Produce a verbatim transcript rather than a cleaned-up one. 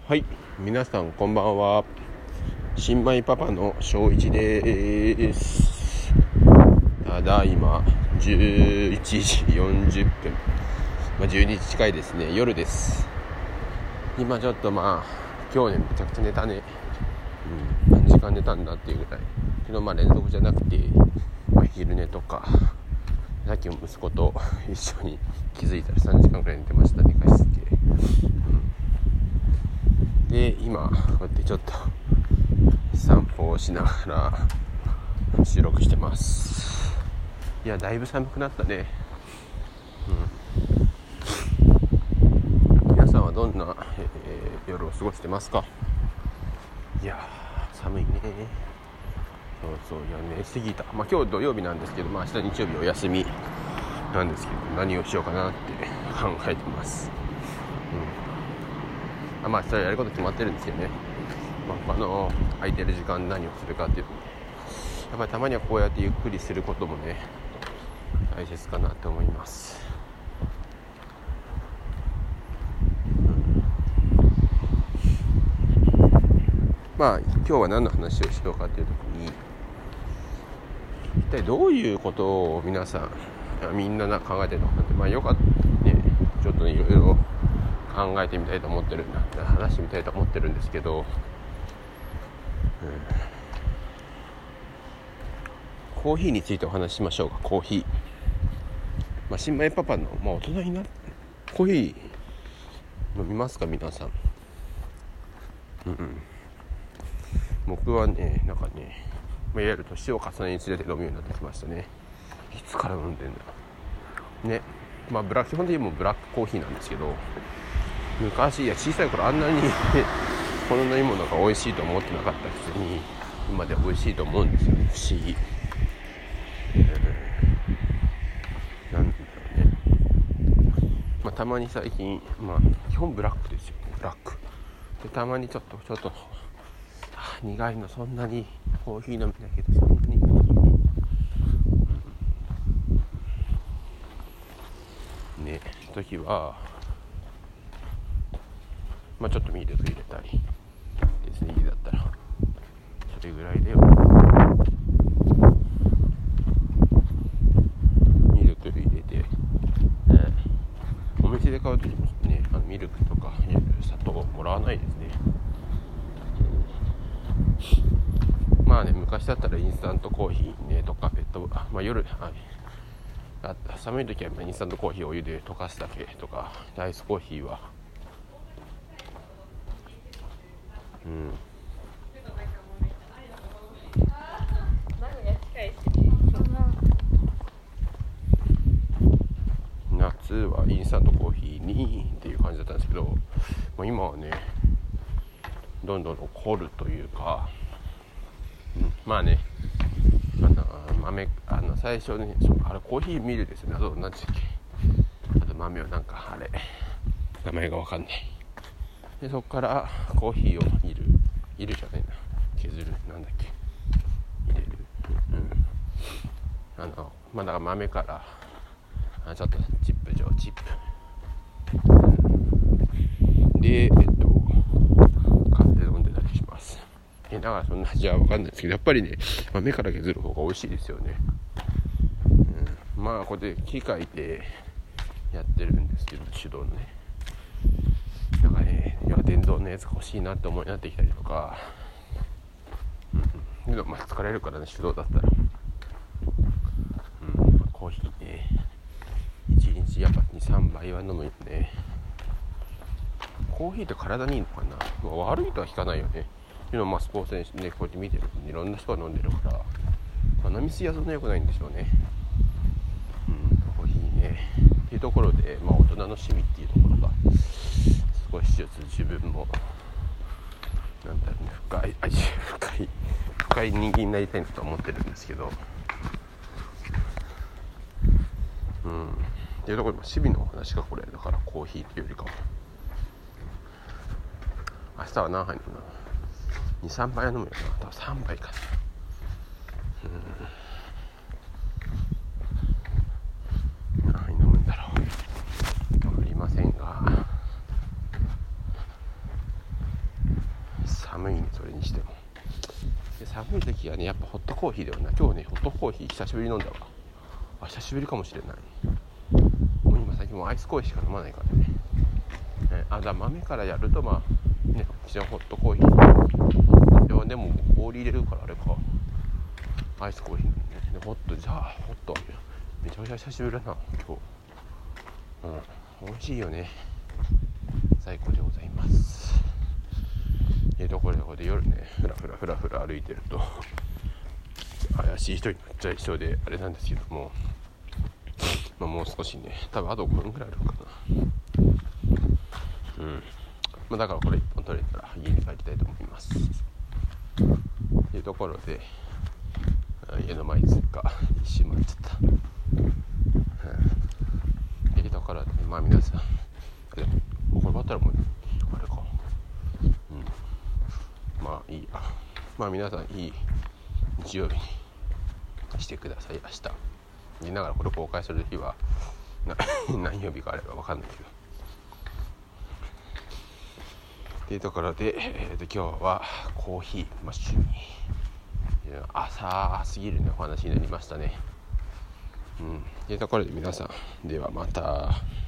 はい、皆さんこんばんは。新米パパの正一です。ただいまじゅういちじよんじゅっぷん、まあ、じゅうにじ近いですね。夜です。今ちょっとまあ今日ねめちゃくちゃ寝たね、うん、何時間寝たんだっていうぐらい。昨日まあ連続じゃなくて、まあ、昼寝とか、さっき息子と一緒に気づいたらさんじかんくらい寝てましたね、加湿器で。で今こうやってちょっと散歩をしながら収録してます。いやだいぶ寒くなったね、うん、皆さんはどんな、えー、夜を過ごしてますか？いや寒いね。そうそう、いや寝すぎた。まあ今日土曜日なんですけど、まあ明日日曜日お休みなんですけど、何をしようかなって考えてます。うん、あまあそれやること決まってるんですけどね、まあ、他の空いてる時間何をするかっていうので、やっぱりたまにはこうやってゆっくりすることもね大切かなと思います。うん、まあ今日は何の話をしようかというときに、一体どういうことを皆さんみんな考えてるのかなって、まあよかったね、ちょっといろいろ考えてみたいと思ってるんだ話してみたいと思ってるんですけど、うん、コーヒーについてお話ししましょうか。コーヒー、まあ、新米パパの、まあ、大人になってコーヒー飲みますか皆さん？うんうん、僕はねなんかね、まあ、いわゆる年を重ねにつれて飲むようになってきましたね。いつから飲んでんだね。まあブラック基本的にもブラックコーヒーなんですけど、昔いや小さい頃あんなにこの飲み物が美味しいと思ってなかったくせに今では美味しいと思うんですよね。不思議、えー、なんだろうね。まあ、たまに最近、まあ、基本ブラックですよね。ブラックでたまにちょっとちょっと苦いのそんなにコーヒー飲みだけどそんなに、うん、ね時はまあちょっとミルク入れたりですね、家だったらそれぐらいだよ。ミルク入れて、えー、お店で買うときもね、あのミルクとか砂糖をもらわないですね。まあね、昔だったらインスタントコーヒーねとかペット、まあ夜、はい、あ寒い時はインスタントコーヒーをお湯で溶かすだけとか、アイスコーヒーはうん夏はインスタントコーヒーにっていう感じだったんですけど、まあ、今はねどんどん凝るというか、うん、まあねあの豆あの最初にあれコーヒーミルですよね。あと何でしたっけ、あと豆をなんかあれ名前がわかんない。でそこからコーヒーをいるいるじゃないな削るなんだっけ入れる、うん、あのまあだから豆からあちょっとチップ状チップ、うん、でえっと買って飲んでたりします。えだからそんな味は分かんないですけど、やっぱりね豆から削る方が美味しいですよね。うん、まあこれで機械でやってるんですけど手動のね、なんかねいや電動のやつが欲しいなって思いになってきたりとか、うん、でもまあ疲れるからね手動だったら、うん、コーヒーねいちにちやっぱ に,さん 杯は飲むよね。コーヒーって体にいいのかな、まあ、悪いとは聞かないよね。いうのまあスポーツ選手ねこうやって見てるいろんな人が飲んでるから、まあ、飲みすぎはそんな良くないんでしょうね。うん、コーヒーねっていうところで、まあ、大人の趣味っていうところが少しずつ自分もなんだろうね深い味深い深い人間になりたいなと思ってるんですけど、うんっていうところで趣味のお話かこれだから、コーヒーっていうよりかは明日は何杯飲むの に,さん 杯は飲むよな。多分さんばいかな。うん何杯飲むんだろう分かりませんが、 寒いね、それにしても。で寒い時はねやっぱホットコーヒーではない。今日ねホットコーヒー久しぶりに飲んだわ。あ、久しぶりかもしれない。もう今最近もうアイスコーヒーしか飲まないからね。ねあだ豆からやるとまあね一応ホットコーヒー。いやでも氷入れるからあれか。アイスコーヒーなんで、ね、でホットじゃあホットめちゃめちゃ久しぶりだな今日。うん、美味しいよね。最高でございます。えところでこれで夜ねふらふらふらふら歩いてると怪しい人になっちゃいそうであれなんですけども、まあ、もう少しね多分あとごふんくらいあるかな。うん、まあ、だからこれいっぽん取れたら家に帰りたいと思います。というところで家の前通過一周回っちゃった。というところで、ね、まあ皆さんでもこれ終わったらもうあれか、うん、まあいいや。まあ皆さんいい日曜日にしてください。明日言いながらこれ公開する日は何曜日かあれば分かんないけどっていうところで、えー、と今日はコーヒー、まあ、趣味朝すぎるねお話になりましたね。うん、っていうところで皆さんではまた。